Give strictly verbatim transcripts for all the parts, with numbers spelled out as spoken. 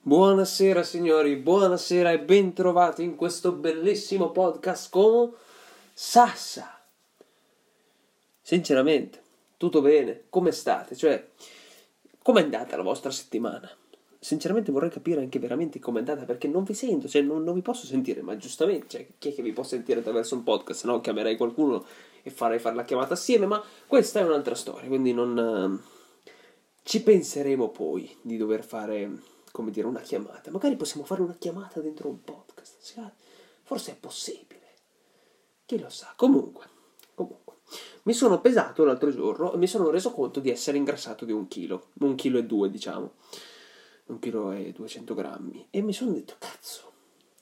Buonasera signori, buonasera e bentrovati in questo bellissimo podcast con Sassa. Sinceramente, tutto bene? Come state? Cioè, com'è andata la vostra settimana? Sinceramente vorrei capire anche veramente com'è andata, perché non vi sento, cioè non, non vi posso sentire, ma giustamente, cioè, chi è che vi può sentire attraverso un podcast? Se no chiamerei qualcuno e farei fare la chiamata assieme, ma questa è un'altra storia, quindi non... Ci penseremo poi di dover fare, come dire, una chiamata. Magari possiamo fare una chiamata dentro un podcast. Forse è possibile. Chi lo sa. Comunque, comunque. Mi sono pesato l'altro giorno e mi sono reso conto di essere ingrassato di un chilo. Un chilo e due, diciamo. Un chilo e duecento grammi. E mi sono detto, cazzo.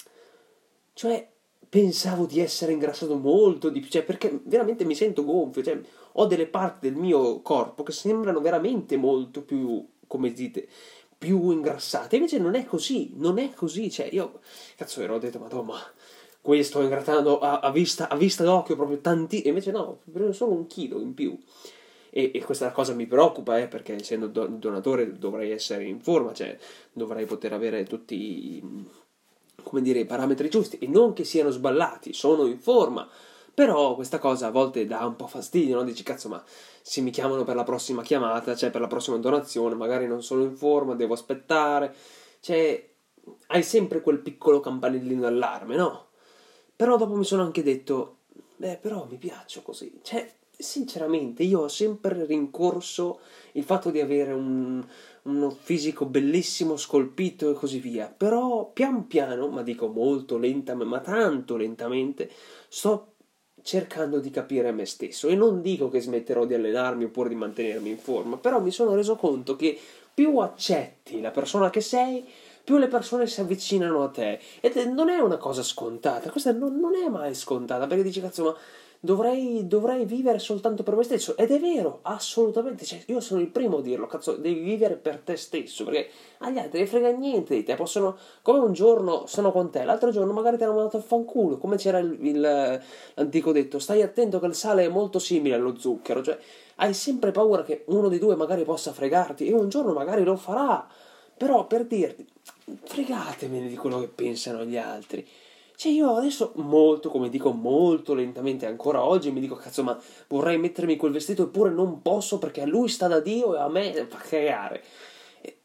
Cioè, pensavo di essere ingrassato molto di più. Cioè, perché veramente mi sento gonfio. Cioè, ho delle parti del mio corpo che sembrano veramente molto più, come dite, più ingrassate. Invece non è così, non è così. Cioè, io, cazzo, ero ho detto, madonna, ma qui sto ingrattando a, a, vista, a vista d'occhio proprio tanti. E invece no, prendo solo un chilo in più. E, e questa cosa mi preoccupa, eh, perché essendo do, donatore dovrei essere in forma, cioè dovrei poter avere tutti i, come dire, i parametri giusti, e non che siano sballati, sono in forma. Però questa cosa a volte dà un po' fastidio, no? Dici, cazzo, ma se mi chiamano per la prossima chiamata, cioè per la prossima donazione, magari non sono in forma, devo aspettare. Cioè, hai sempre quel piccolo campanellino d'allarme, no? Però dopo mi sono anche detto, beh, però mi piaccio così. Cioè, sinceramente, io ho sempre rincorso il fatto di avere un, uno fisico bellissimo, scolpito e così via. Però, pian piano, ma dico molto lentamente, ma tanto lentamente, sto cercando di capire me stesso. E non dico che smetterò di allenarmi oppure di mantenermi in forma, però mi sono reso conto che più accetti la persona che sei, più le persone si avvicinano a te. Ed non è una cosa scontata, questa non, non è mai scontata, perché dici, cazzo, ma dovrei, dovrei vivere soltanto per me stesso. Ed è vero, assolutamente, cioè, io sono il primo a dirlo, cazzo, devi vivere per te stesso, perché agli altri ne frega niente di te, possono, come un giorno sono con te, l'altro giorno magari ti hanno mandato a fanculo, come c'era il, il, l'antico detto, stai attento che il sale è molto simile allo zucchero, cioè hai sempre paura che uno dei due magari possa fregarti, e un giorno magari lo farà. Però per dirti, fregatevene di quello che pensano gli altri. Cioè io adesso molto, come dico, molto lentamente ancora oggi mi dico, cazzo, ma vorrei mettermi quel vestito eppure non posso perché a lui sta da Dio e a me fa cagare. E,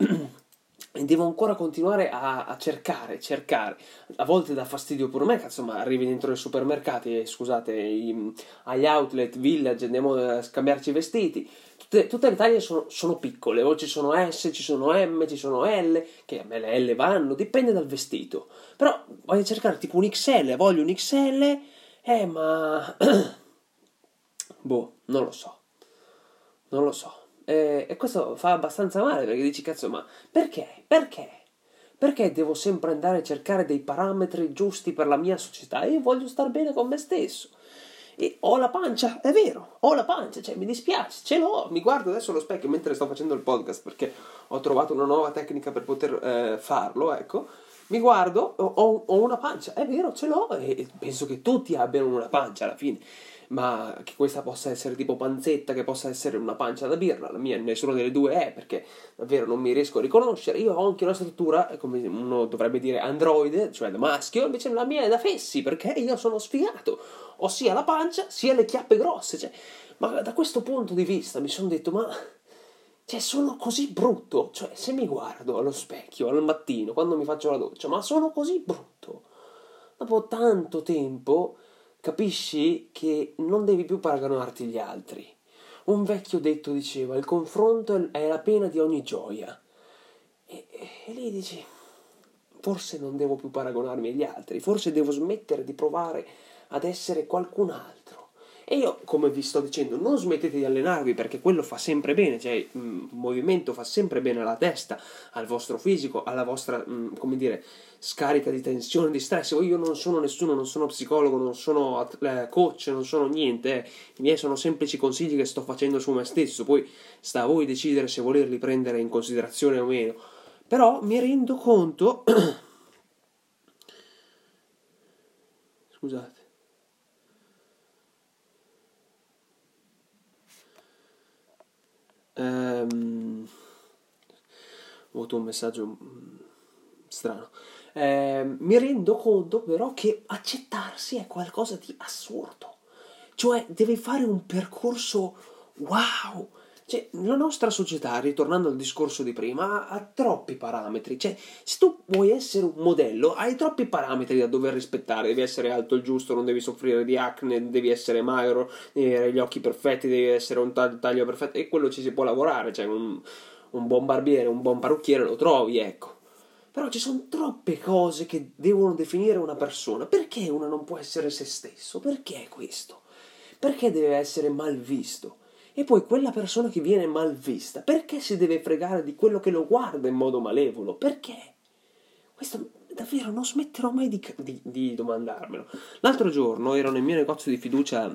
e devo ancora continuare a, a cercare, cercare. A volte dà fastidio pure a me, cazzo, ma arrivi dentro i supermercati, e, scusate, i, agli outlet, village, andiamo a scambiarci i vestiti. Tutte, tutte le taglie sono, sono piccole, o ci sono S, ci sono M, ci sono L, che a me le L vanno, dipende dal vestito. Però voglio cercare tipo un X L, voglio un X L, eh ma... boh, non lo so, non lo so. E, e questo fa abbastanza male, perché dici, cazzo, ma perché? Perché? Perché devo sempre andare a cercare dei parametri giusti per la mia società? Io voglio star bene con me stesso. E ho la pancia, è vero, ho la pancia, cioè mi dispiace, ce l'ho, mi guardo adesso allo specchio mentre sto facendo il podcast perché ho trovato una nuova tecnica per poter eh, farlo, ecco, mi guardo, ho, ho una pancia, è vero, ce l'ho, e penso che tutti abbiano una pancia alla fine, ma che questa possa essere tipo panzetta, che possa essere una pancia da birra, la mia nessuna delle due è, perché davvero non mi riesco a riconoscere. Io ho anche una struttura, come uno dovrebbe dire androide, cioè da maschio, invece la mia è da fessi, perché io sono sfigato, ho sia la pancia sia le chiappe grosse, cioè, ma da questo punto di vista mi sono detto, ma cioè sono così brutto, cioè se mi guardo allo specchio al mattino quando mi faccio la doccia, ma sono così brutto. Dopo tanto tempo capisci che non devi più paragonarti agli altri. Un vecchio detto diceva, il confronto è la pena di ogni gioia. E, e lì dici, forse non devo più paragonarmi agli altri, forse devo smettere di provare ad essere qualcun altro. E io, come vi sto dicendo, non smettete di allenarvi, perché quello fa sempre bene, cioè il movimento fa sempre bene alla testa, al vostro fisico, alla vostra, mh, come dire, scarica di tensione, di stress. Io non sono nessuno, non sono psicologo, non sono coach, non sono niente, eh. I miei sono semplici consigli che sto facendo su me stesso, poi sta a voi decidere se volerli prendere in considerazione o meno. Però mi rendo conto... Scusate. Ehm, ho avuto un messaggio strano. Eh, mi rendo conto però che accettarsi è qualcosa di assurdo. Cioè, devi fare un percorso wow. Cioè, la nostra società, ritornando al discorso di prima, ha, ha troppi parametri. Cioè, se tu vuoi essere un modello, hai troppi parametri da dover rispettare. Devi essere alto il giusto, non devi soffrire di acne, devi essere magro, devi avere gli occhi perfetti, devi essere un taglio perfetto. E quello ci si può lavorare. Cioè, un, un buon barbiere, un buon parrucchiere lo trovi, ecco. Però ci sono troppe cose che devono definire una persona. Perché uno non può essere se stesso? Perché questo? Perché deve essere mal visto? E poi quella persona che viene mal vista, perché si deve fregare di quello che lo guarda in modo malevolo? Perché? Questo davvero non smetterò mai di, di, di domandarmelo. L'altro giorno ero nel mio negozio di fiducia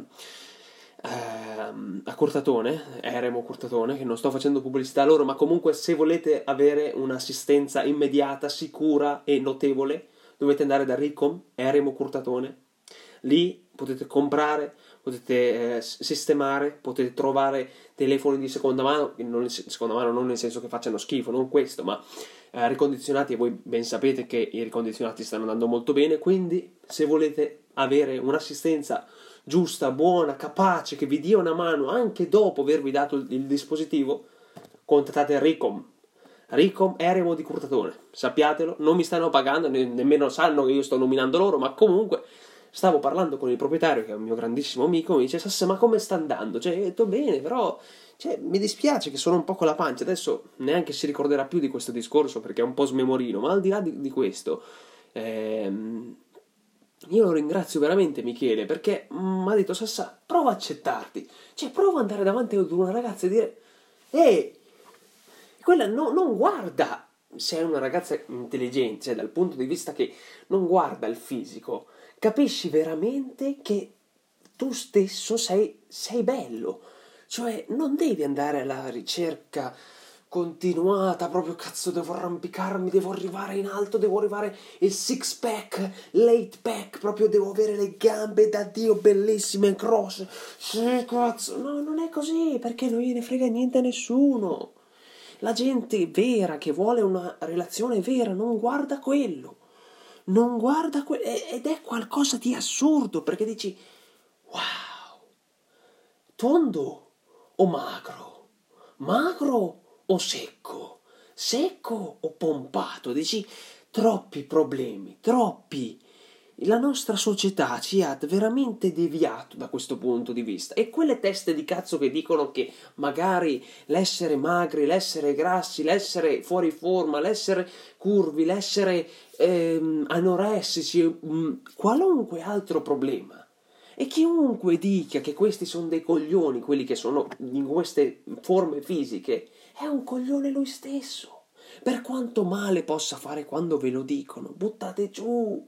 ehm, a Curtatone, Eremo Curtatone, che non sto facendo pubblicità a loro, ma comunque se volete avere un'assistenza immediata, sicura e notevole, dovete andare da Ricom, Eremo Curtatone. Lì potete comprare, potete eh, sistemare, potete trovare telefoni di seconda mano, non, seconda mano non nel senso che facciano schifo, non questo, ma eh, ricondizionati, e voi ben sapete che i ricondizionati stanno andando molto bene, quindi se volete avere un'assistenza giusta, buona, capace, che vi dia una mano anche dopo avervi dato il, il dispositivo, contattate Ricom. Ricom Eremo di Curtatone, sappiatelo, non mi stanno pagando, ne, nemmeno sanno che io sto nominando loro, ma comunque stavo parlando con il proprietario, che è un mio grandissimo amico, mi dice: Sassa, ma come sta andando? Cioè, ho detto bene, però cioè, mi dispiace che sono un po' con la pancia, adesso neanche si ricorderà più di questo discorso perché è un po' smemorino, ma al di là di, di questo ehm, io lo ringrazio veramente Michele, perché mi ha detto: Sassa, prova a accettarti, cioè prova ad andare davanti ad una ragazza e dire: ehi, quella no, non guarda se è una ragazza intelligente, cioè dal punto di vista che non guarda il fisico, capisci veramente che tu stesso sei, sei bello, cioè non devi andare alla ricerca continuata, proprio cazzo devo arrampicarmi, devo arrivare in alto, devo arrivare il six pack, l'eight pack, proprio devo avere le gambe da Dio bellissime, grosse, sì cazzo, no, non è così, perché non gliene frega niente a nessuno. La gente vera che vuole una relazione vera non guarda quello, non guarda quello, ed è qualcosa di assurdo, perché dici: wow, tondo o magro, magro o secco, secco o pompato, dici troppi problemi, troppi. La nostra società ci ha veramente deviato da questo punto di vista, e quelle teste di cazzo che dicono che magari l'essere magri, l'essere grassi, l'essere fuori forma, l'essere curvi, l'essere ehm, anoressici, mh, qualunque altro problema, e chiunque dica che questi sono dei coglioni, quelli che sono in queste forme fisiche, è un coglione lui stesso. Per quanto male possa fare quando ve lo dicono, buttate giù.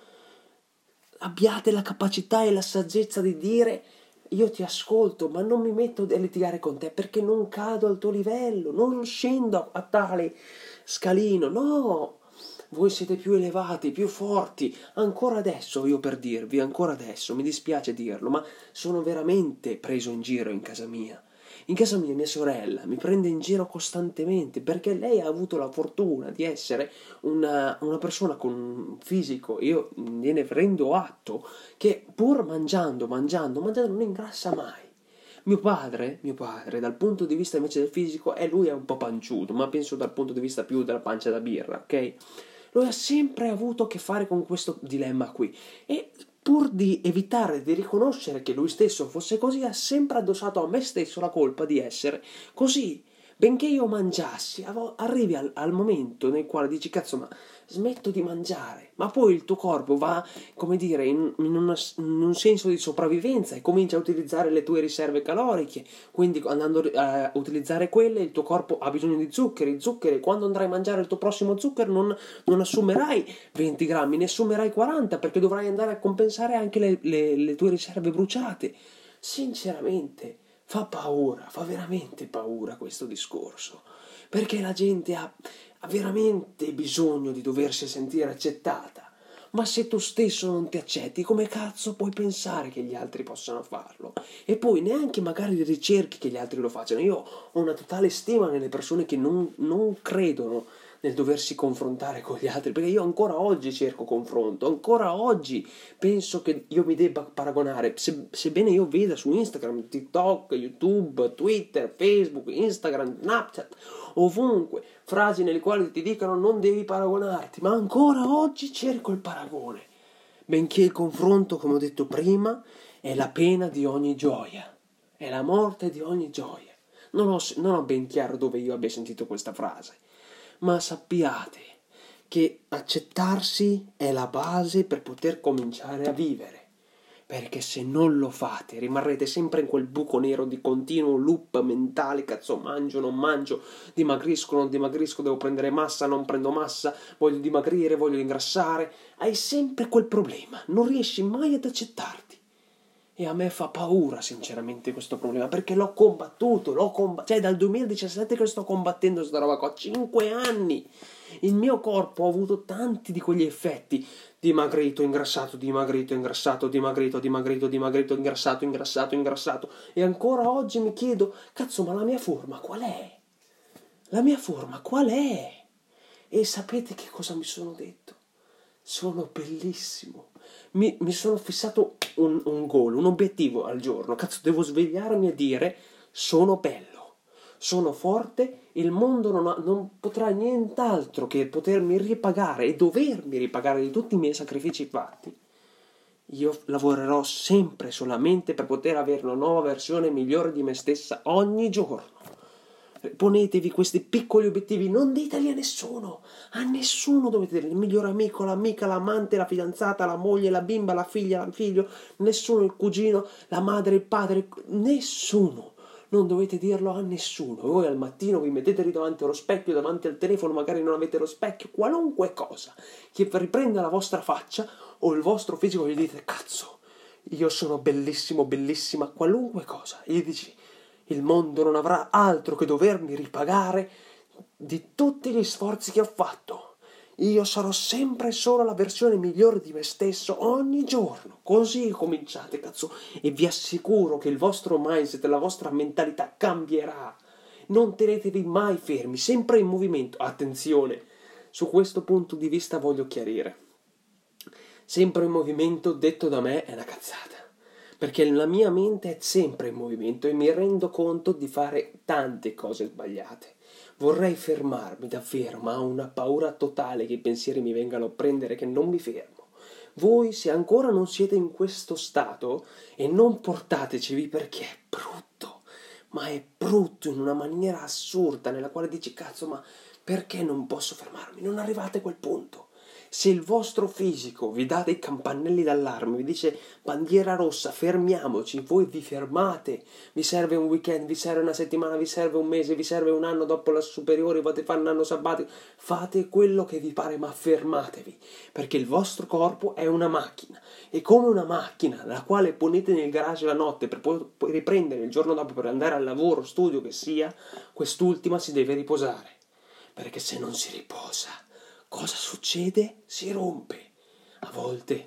Abbiate la capacità e la saggezza di dire: io ti ascolto, ma non mi metto a litigare con te perché non cado al tuo livello, non scendo a tale scalino, no. Voi siete più elevati, più forti. Ancora adesso, io per dirvi, ancora adesso, mi dispiace dirlo, ma sono veramente preso in giro in casa mia. In casa mia mia sorella mi prende in giro costantemente perché lei ha avuto la fortuna di essere una, una persona con un fisico, io gliene prendo atto, che pur mangiando, mangiando, mangiando non ingrassa mai. Mio padre, mio padre, dal punto di vista invece del fisico, è lui è un po' panciuto, ma penso dal punto di vista più della pancia da birra, ok? Lui ha sempre avuto a che fare con questo dilemma qui, e pur di evitare di riconoscere che lui stesso fosse così, ha sempre addossato a me stesso la colpa di essere così. Benché io mangiassi, arrivi al, al momento nel quale dici: cazzo, ma smetto di mangiare, ma poi il tuo corpo va, come dire, in, in, una, in un senso di sopravvivenza e comincia a utilizzare le tue riserve caloriche, quindi andando a utilizzare quelle il tuo corpo ha bisogno di zuccheri, zuccheri, quando andrai a mangiare il tuo prossimo zucchero non, non assumerai venti grammi, ne assumerai quaranta, perché dovrai andare a compensare anche le, le, le tue riserve bruciate. Sinceramente fa paura, fa veramente paura questo discorso, perché la gente ha, ha veramente bisogno di doversi sentire accettata, ma se tu stesso non ti accetti, come cazzo puoi pensare che gli altri possano farlo? E poi neanche magari ricerchi che gli altri lo facciano. Io ho una totale stima nelle persone che non, non credono nel doversi confrontare con gli altri, perché io ancora oggi cerco confronto, ancora oggi penso che io mi debba paragonare, se, sebbene io veda su Instagram, TikTok, YouTube, Twitter, Facebook, Instagram, Snapchat, ovunque, frasi nelle quali ti dicono non devi paragonarti, ma ancora oggi cerco il paragone, benché il confronto, come ho detto prima, è la pena di ogni gioia, è la morte di ogni gioia. Non ho, non ho ben chiaro dove io abbia sentito questa frase, ma sappiate che accettarsi è la base per poter cominciare a vivere, perché se non lo fate rimarrete sempre in quel buco nero di continuo loop mentale, cazzo mangio, non mangio, dimagrisco, non dimagrisco, devo prendere massa, non prendo massa, voglio dimagrire, voglio ingrassare, hai sempre quel problema, non riesci mai ad accettarti. E a me fa paura sinceramente questo problema, perché l'ho combattuto, l'ho combattuto, cioè dal duemiladiciassette che sto combattendo questa roba qua, cinque anni. Il mio corpo ha avuto tanti di quegli effetti, dimagrito, ingrassato, dimagrito, ingrassato, dimagrito, dimagrito, dimagrito, ingrassato, ingrassato, ingrassato. E ancora oggi mi chiedo, cazzo, ma la mia forma qual è? La mia forma qual è? E sapete che cosa mi sono detto? Sono bellissimo. Mi, mi sono fissato un, un goal, un obiettivo al giorno. Cazzo, devo svegliarmi e dire sono bello, sono forte, il mondo non, ha, non potrà nient'altro che potermi ripagare e dovermi ripagare di tutti i miei sacrifici fatti. Io lavorerò sempre solamente per poter avere una nuova versione migliore di me stessa ogni giorno. Ponetevi questi piccoli obiettivi, non diteli a nessuno, a nessuno dovete dire, il migliore amico, l'amica, l'amante, la fidanzata, la moglie, la bimba, la figlia, il figlio, nessuno, il cugino, la madre, il padre, nessuno, non dovete dirlo a nessuno. Voi al mattino vi mettete lì davanti allo specchio, davanti al telefono, magari non avete lo specchio, qualunque cosa che riprenda la vostra faccia o il vostro fisico, gli dite, cazzo, io sono bellissimo, bellissima, qualunque cosa, e gli dici, il mondo non avrà altro che dovermi ripagare di tutti gli sforzi che ho fatto. Io sarò sempre solo la versione migliore di me stesso ogni giorno. Così cominciate, cazzo, e vi assicuro che il vostro mindset, la vostra mentalità cambierà. Non tenetevi mai fermi, sempre in movimento. Attenzione, su questo punto di vista voglio chiarire. Sempre in movimento, detto da me, è una cazzata. Perché la mia mente è sempre in movimento e mi rendo conto di fare tante cose sbagliate. Vorrei fermarmi davvero, ma ho una paura totale che i pensieri mi vengano a prendere, che non mi fermo. Voi, se ancora non siete in questo stato, e non portatecevi perché è brutto, ma è brutto in una maniera assurda, nella quale dici, cazzo, ma perché non posso fermarmi? Non arrivate a quel punto. Se il vostro fisico vi dà dei campanelli d'allarme, vi dice bandiera rossa, fermiamoci, voi vi fermate, vi serve un weekend, vi serve una settimana, vi serve un mese, vi serve un anno dopo la superiore, volete fare un anno sabbatico, fate quello che vi pare, ma fermatevi, perché il vostro corpo è una macchina, e come una macchina la quale ponete nel garage la notte per poi riprendere il giorno dopo per andare al lavoro, studio che sia, quest'ultima si deve riposare, perché se non si riposa, cosa succede? Si rompe. A volte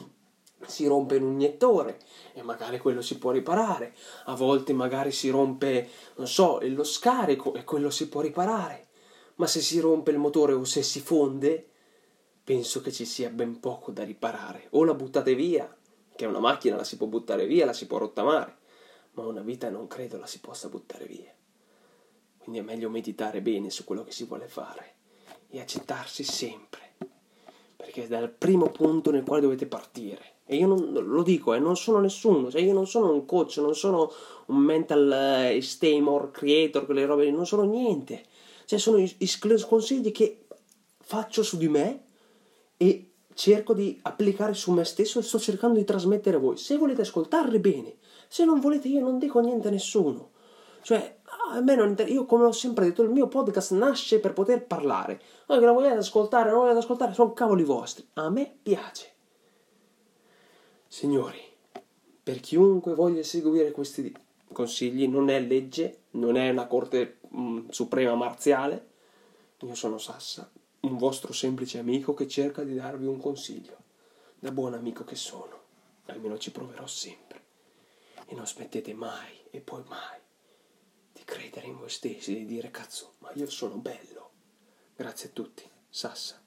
si rompe un iniettore e magari quello si può riparare. A volte magari si rompe, non so, lo scarico e quello si può riparare. Ma se si rompe il motore o se si fonde, penso che ci sia ben poco da riparare. O la buttate via, che una macchina la si può buttare via, la si può rottamare, ma una vita non credo la si possa buttare via. Quindi è meglio meditare bene su quello che si vuole fare e accettarsi sempre, perché è dal primo punto nel quale dovete partire. E io non, lo dico, eh, non sono nessuno, cioè io non sono un coach, non sono un mental eh, stamer, creator, quelle robe, non sono niente, cioè sono i, i consigli che faccio su di me e cerco di applicare su me stesso e sto cercando di trasmettere a voi. Se volete ascoltarli bene, se non volete io non dico niente a nessuno. Cioè, a me non inter- io come ho sempre detto, il mio podcast nasce per poter parlare. Voi che la volete ascoltare, non volete ascoltare, sono cavoli vostri. A me piace. Signori, per chiunque voglia seguire questi consigli, non è legge, non è una corte mh, suprema marziale. Io sono Sassa, un vostro semplice amico che cerca di darvi un consiglio. Da buon amico che sono, almeno ci proverò sempre. E non smettete mai, e poi mai, di credere in voi stessi, di dire cazzo, ma io sono bello, Grazie a tutti. Sassa.